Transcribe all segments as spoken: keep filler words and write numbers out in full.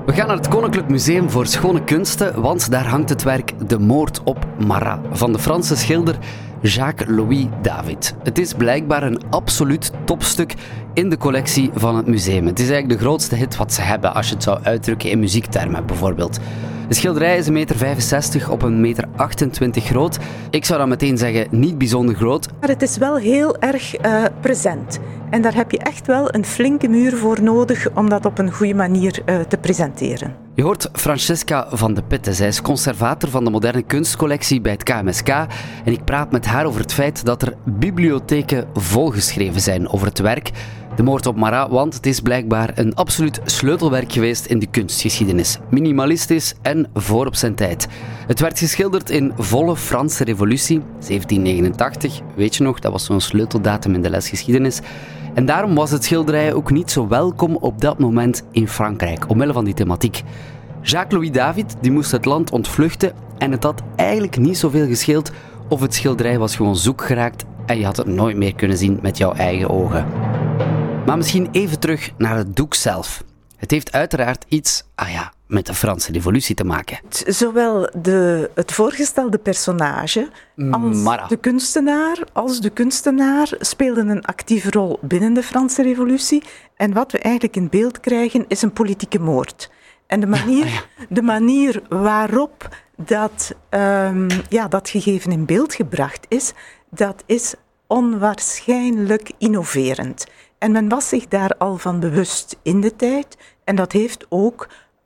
We gaan naar het Koninklijk Museum voor Schone Kunsten, want daar hangt het werk De Moord op Marat van de Franse schilder Jacques-Louis David. Het is blijkbaar een absoluut topstuk in de collectie van het museum. Het is eigenlijk de grootste hit wat ze hebben, als je het zou uitdrukken in muziektermen bijvoorbeeld. De schilderij is een meter vijfenzestig op een meter achtentwintig groot. Ik zou dan meteen zeggen, niet bijzonder groot. Maar het is wel heel erg uh, present. En daar heb je echt wel een flinke muur voor nodig om dat op een goede manier uh, te presenteren. Je hoort Francesca van de Putte. Zij is conservator van de moderne kunstcollectie bij het K M S K. En ik praat met haar over het feit dat er bibliotheken volgeschreven zijn over het werk De Moord op Marat, want het is blijkbaar een absoluut sleutelwerk geweest in de kunstgeschiedenis. Minimalistisch en voor op zijn tijd. Het werd geschilderd in volle Franse revolutie, zeventien negenentachtig. Weet je nog, dat was zo'n sleuteldatum in de lesgeschiedenis. En daarom was het schilderij ook niet zo welkom op dat moment in Frankrijk, omwille van die thematiek. Jacques-Louis David die moest het land ontvluchten en het had eigenlijk niet zoveel gescheeld of het schilderij was gewoon zoek geraakt en je had het nooit meer kunnen zien met jouw eigen ogen. Maar misschien even terug naar het doek zelf. Het heeft uiteraard iets, ah ja, met de Franse revolutie te maken. Zowel de, het voorgestelde personage als Marat. de kunstenaar, als de kunstenaar speelden een actieve rol binnen de Franse revolutie. En wat we eigenlijk in beeld krijgen is een politieke moord. En de manier, Ah, ja. de manier waarop dat, um, ja, dat gegeven in beeld gebracht is, dat is onwaarschijnlijk innoverend. En men was zich daar al van bewust in de tijd. En dat heeft ook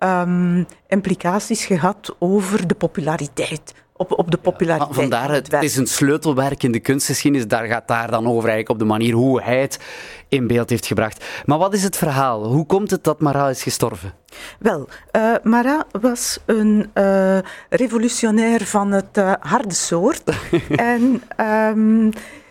um, implicaties gehad over de populariteit. Op, op de populariteit. Ja, vandaar, het, het is een sleutelwerk in de kunstgeschiedenis. Daar gaat daar dan over eigenlijk op de manier hoe hij het in beeld heeft gebracht. Maar wat is het verhaal? Hoe komt het dat Marat is gestorven? Wel, uh, Marat was een uh, revolutionair van het uh, harde soort. en... Um,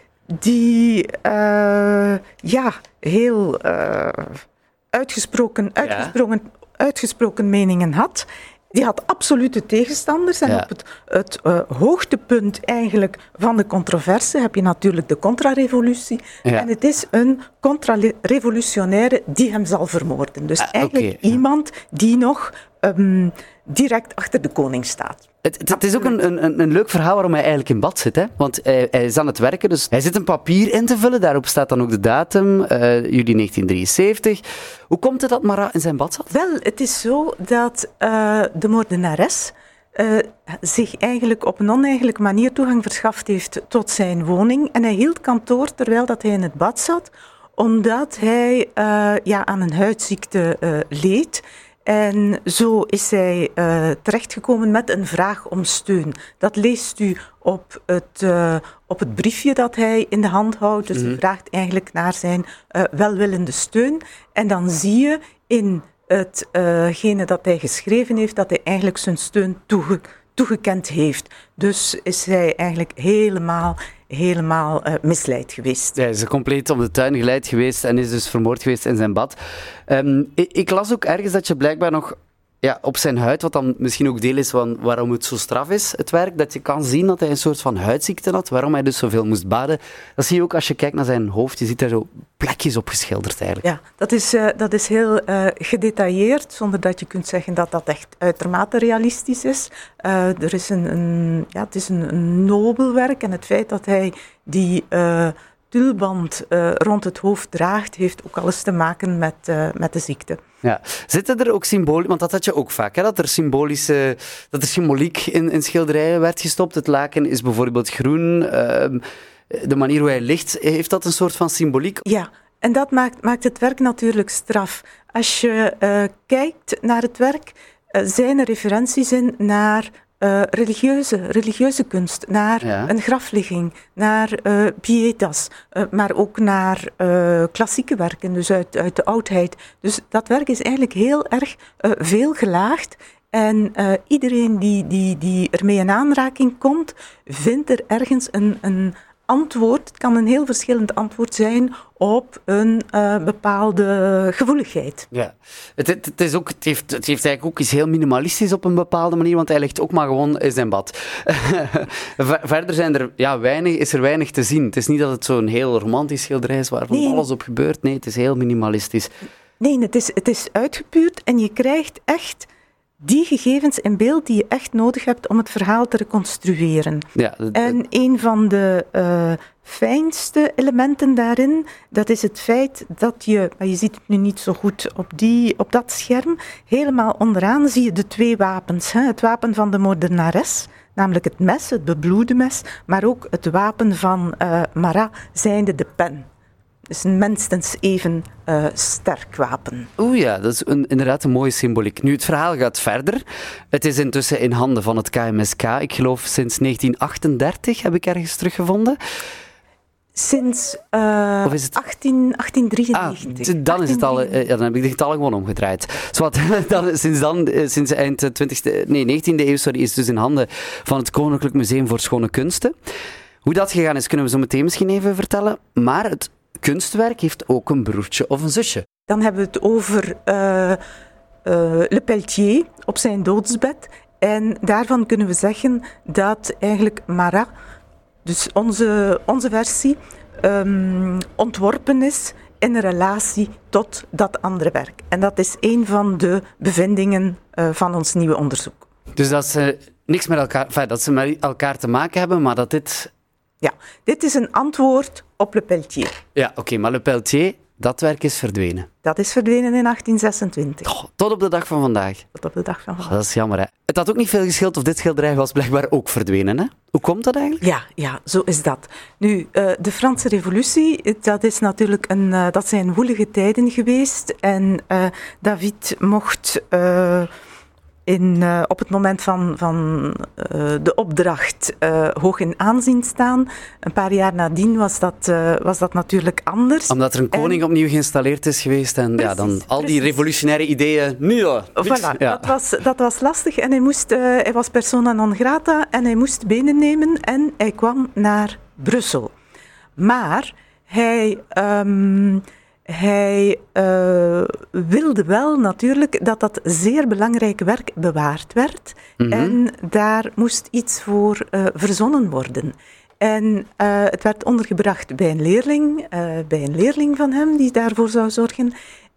die uh, ja, heel uh, uitgesproken, uitgesproken, ja. uitgesproken meningen had. Die had absolute tegenstanders. En ja. op het, het uh, hoogtepunt eigenlijk van de controverse heb je natuurlijk de contra-revolutie. Ja. En het is een contra-revolutionaire die hem zal vermoorden. Dus ah, eigenlijk okay. iemand die nog um, direct achter de koning staat. Het, het, het is ook een, een, een leuk verhaal waarom hij eigenlijk in bad zit. Hè? Want hij, hij is aan het werken, dus hij zit een papier in te vullen. Daarop staat dan ook de datum, uh, juli negentien drieënzeventig. Hoe komt het dat Marat in zijn bad zat? Wel, het is zo dat uh, de moordenares uh, zich eigenlijk op een oneigenlijke manier toegang verschaft heeft tot zijn woning. En hij hield kantoor terwijl dat hij in het bad zat, omdat hij uh, ja, aan een huidziekte uh, leed. En zo is hij uh, terechtgekomen met een vraag om steun. Dat leest u op het, uh, op het briefje dat hij in de hand houdt. Dus mm-hmm. hij vraagt eigenlijk naar zijn uh, welwillende steun. En dan zie je in hetgene uh, dat hij geschreven heeft, dat hij eigenlijk zijn steun toege, toegekend heeft. Dus is hij eigenlijk helemaal... helemaal uh, misleid geweest. Ja, hij is compleet om de tuin geleid geweest en is dus vermoord geweest in zijn bad. Um, ik, ik las ook ergens dat je blijkbaar nog ja, op zijn huid, wat dan misschien ook deel is van waarom het zo straf is, het werk, dat je kan zien dat hij een soort van huidziekte had, waarom hij dus zoveel moest baden. Dat zie je ook als je kijkt naar zijn hoofd, je ziet daar zo plekjes op geschilderd eigenlijk. Ja, dat is, uh, dat is heel uh, gedetailleerd, zonder dat je kunt zeggen dat dat echt uitermate realistisch is. Uh, er is een, een, ja, het is een, een nobel werk en het feit dat hij die... Uh, tulband uh, rond het hoofd draagt, heeft ook alles te maken met, uh, met de ziekte. Ja. Zitten er ook symbolen, want dat had je ook vaak, hè, dat er symbolische, dat er symboliek in, in schilderijen werd gestopt. Het laken is bijvoorbeeld groen. Uh, de manier hoe hij ligt, heeft dat een soort van symboliek? Ja, en dat maakt, maakt het werk natuurlijk straf. Als je uh, kijkt naar het werk, uh, zijn er referenties in naar... Uh, religieuze, religieuze kunst, naar ja. een grafligging, naar uh, pietas, uh, maar ook naar uh, klassieke werken, dus uit, uit de oudheid. Dus dat werk is eigenlijk heel erg uh, veel gelaagd. En uh, iedereen die, die, die ermee in aanraking komt, vindt er ergens een, een antwoord. Het kan een heel verschillend antwoord zijn op een uh, bepaalde gevoeligheid. Ja, het, het, het, is ook, het, heeft, het heeft eigenlijk ook iets heel minimalistisch op een bepaalde manier, want hij ligt ook maar gewoon in zijn bad. Verder zijn er, ja, weinig, is er weinig te zien. Het is niet dat het zo'n heel romantisch schilderij is waar van nee. alles op gebeurt. Nee, het is heel minimalistisch. Nee, het is, het is uitgepuurd en je krijgt echt die gegevens in beeld die je echt nodig hebt om het verhaal te reconstrueren. Ja, d- En een van de uh, fijnste elementen daarin, dat is het feit dat je, maar je ziet het nu niet zo goed op, die, op dat scherm, helemaal onderaan zie je de twee wapens. Hè? Het wapen van de moordenares, namelijk het mes, het bebloede mes, maar ook het wapen van uh, Marat, zijnde de pen. Dus een minstens even uh, sterk wapen. Oeh ja, dat is een, inderdaad een mooie symboliek. Nu, het verhaal gaat verder. Het is intussen in handen van het K M S K. Ik geloof sinds negentien achtendertig heb ik ergens teruggevonden. Sinds uh, of is het... achttien, achttien drieënnegentig. Ah, dan is het al, uh, ja, dan heb ik de getallen gewoon omgedraaid. Zowat, dan, sinds dan, uh, sinds eind twintigste, nee, negentiende eeuw, sorry, is het dus in handen van het Koninklijk Museum voor Schone Kunsten. Hoe dat gegaan is, kunnen we zo meteen misschien even vertellen. Maar het kunstwerk heeft ook een broertje of een zusje. Dan hebben we het over uh, uh, Le Pelletier op zijn doodsbed. En daarvan kunnen we zeggen dat eigenlijk Marat, dus onze, onze versie, um, ontworpen is in een relatie tot dat andere werk. En dat is een van de bevindingen uh, van ons nieuwe onderzoek. Dus dat ze niks met elkaar, enfin, dat ze met elkaar te maken hebben, maar dat dit... Ja, dit is een antwoord op Le Pelletier. Ja, oké, okay, maar Le Pelletier, dat werk is verdwenen. Dat is verdwenen in achttien zesentwintig. Oh, tot op de dag van vandaag. Tot op de dag van vandaag. Oh, dat is jammer, hè. Het had ook niet veel gescheeld of dit schilderij was blijkbaar ook verdwenen, hè? Hoe komt dat eigenlijk? Ja, ja, zo is dat. Nu, uh, de Franse Revolutie, dat is natuurlijk een, uh, dat zijn woelige tijden geweest. En uh, David mocht... Uh, In, uh, op het moment van, van uh, de opdracht uh, hoog in aanzien staan. Een paar jaar nadien was dat, uh, was dat natuurlijk anders. Omdat er een koning en... opnieuw geïnstalleerd is geweest en precies, ja, dan al die precies. revolutionaire ideeën... Nu, ja, voilà, ja. dat, was, dat was lastig en hij, moest, uh, hij was persona non grata en hij moest benen nemen en hij kwam naar Brussel. Maar hij... Um, Hij uh, wilde wel natuurlijk dat dat zeer belangrijke werk bewaard werd. Mm-hmm. En daar moest iets voor uh, verzonnen worden. En uh, het werd ondergebracht bij een leerling, uh, bij een leerling van hem die daarvoor zou zorgen.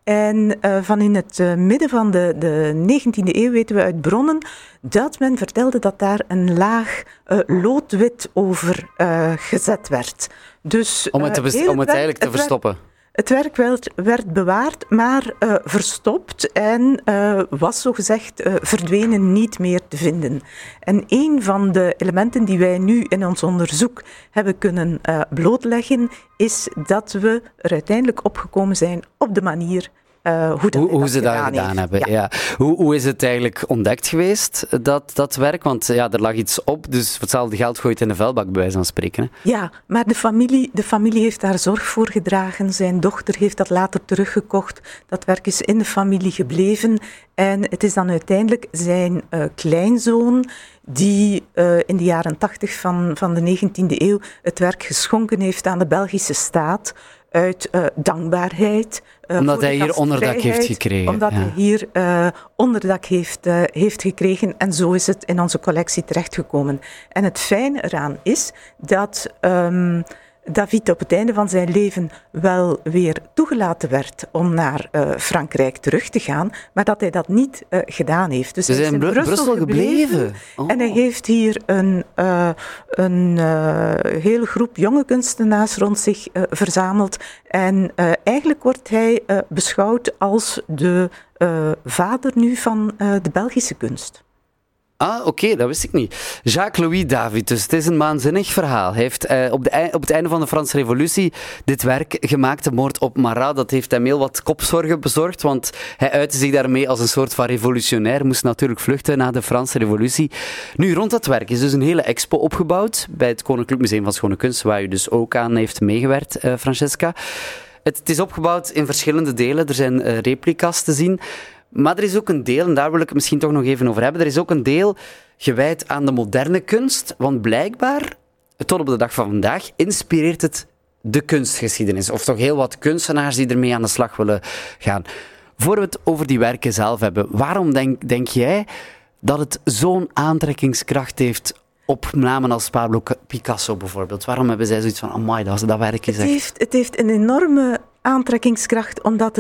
En uh, van in het uh, midden van de, de negentiende eeuw weten we uit bronnen dat men vertelde dat daar een laag uh, loodwit over uh, gezet werd. Dus, om het, te best- uh, om het eigenlijk te het verstoppen. Werd, Het werk werd, werd bewaard, maar uh, verstopt en uh, was zogezegd uh, verdwenen, niet meer te vinden. En een van de elementen die wij nu in ons onderzoek hebben kunnen uh, blootleggen, is dat we er uiteindelijk opgekomen zijn op de manier Uh, hoe, dat hoe, hoe dat ze dat gedaan, gedaan hebben. Ja. Ja. Hoe, hoe is het eigenlijk ontdekt geweest, dat, dat werk? Want ja, er lag iets op, dus voor hetzelfde geld gooit in de vuilbak, bij wijze van spreken. Hè? Ja, maar de familie, de familie heeft daar zorg voor gedragen. Zijn dochter heeft dat later teruggekocht. Dat werk is in de familie gebleven. En het is dan uiteindelijk zijn uh, kleinzoon die uh, in de jaren tachtig van, van de negentiende eeuw het werk geschonken heeft aan de Belgische staat. Uit uh, dankbaarheid. Uh, omdat hij hier onderdak heeft gekregen. Omdat ja. hij hier uh, onderdak heeft, uh, heeft gekregen. En zo is het in onze collectie terechtgekomen. En het fijne eraan is dat um, David op het einde van zijn leven wel weer toegelaten werd om naar uh, Frankrijk terug te gaan, maar dat hij dat niet uh, gedaan heeft. Dus, dus hij is in Br- Brussel, Brussel gebleven. gebleven. Oh. En hij heeft hier een, uh, een uh, hele groep jonge kunstenaars rond zich uh, verzameld. En uh, eigenlijk wordt hij uh, beschouwd als de uh, vader nu van uh, de Belgische kunst. Ah, oké, okay, dat wist ik niet. Jacques-Louis David, dus het is een waanzinnig verhaal. Hij heeft eh, op, de, op het einde van de Franse Revolutie dit werk gemaakt, de moord op Marat. Dat heeft hem heel wat kopzorgen bezorgd, want hij uitte zich daarmee als een soort van revolutionair. Moest natuurlijk vluchten na de Franse Revolutie. Nu, rond dat werk is dus een hele expo opgebouwd bij het Koninklijk Museum van Schone Kunsten, waar u dus ook aan heeft meegewerkt, uh, Francesca. Het, het is opgebouwd in verschillende delen. Er zijn uh, replica's te zien. Maar er is ook een deel, en daar wil ik het misschien toch nog even over hebben, er is ook een deel gewijd aan de moderne kunst, want blijkbaar, tot op de dag van vandaag, inspireert het de kunstgeschiedenis. Of toch heel wat kunstenaars die ermee aan de slag willen gaan. Voor we het over die werken zelf hebben, waarom denk, denk jij dat het zo'n aantrekkingskracht heeft op namen als Pablo Picasso bijvoorbeeld? Waarom hebben zij zoiets van, amai, dat, dat werk is echt... Het heeft, het heeft een enorme aantrekkingskracht, omdat het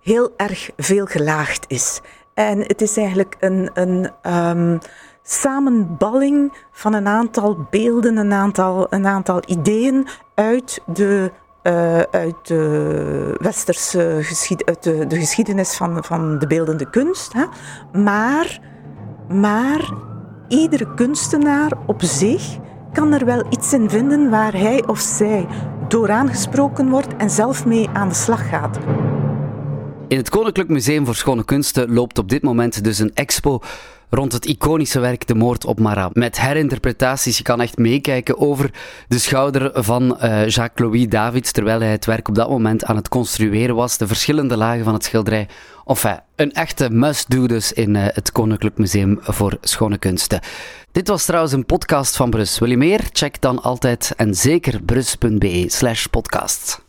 heel erg veelgelaagd is. En het is eigenlijk een, een um, samenballing van een aantal beelden, een aantal, een aantal ideeën uit de, uh, uit de westerse geschied, uit de, de geschiedenis van, van de beeldende kunst. Hè. Maar, maar iedere kunstenaar op zich kan er wel iets in vinden waar hij of zij door aangesproken wordt en zelf mee aan de slag gaat. In het Koninklijk Museum voor Schone Kunsten loopt op dit moment dus een expo rond het iconische werk De Moord op Marat. Met herinterpretaties, je kan echt meekijken over de schouder van uh, Jacques-Louis Davids, terwijl hij het werk op dat moment aan het construeren was. De verschillende lagen van het schilderij. Enfin, een echte must-do dus in uh, het Koninklijk Museum voor Schone Kunsten. Dit was trouwens een podcast van Brus. Wil je meer? Check dan altijd en zeker brus punt be slash podcast.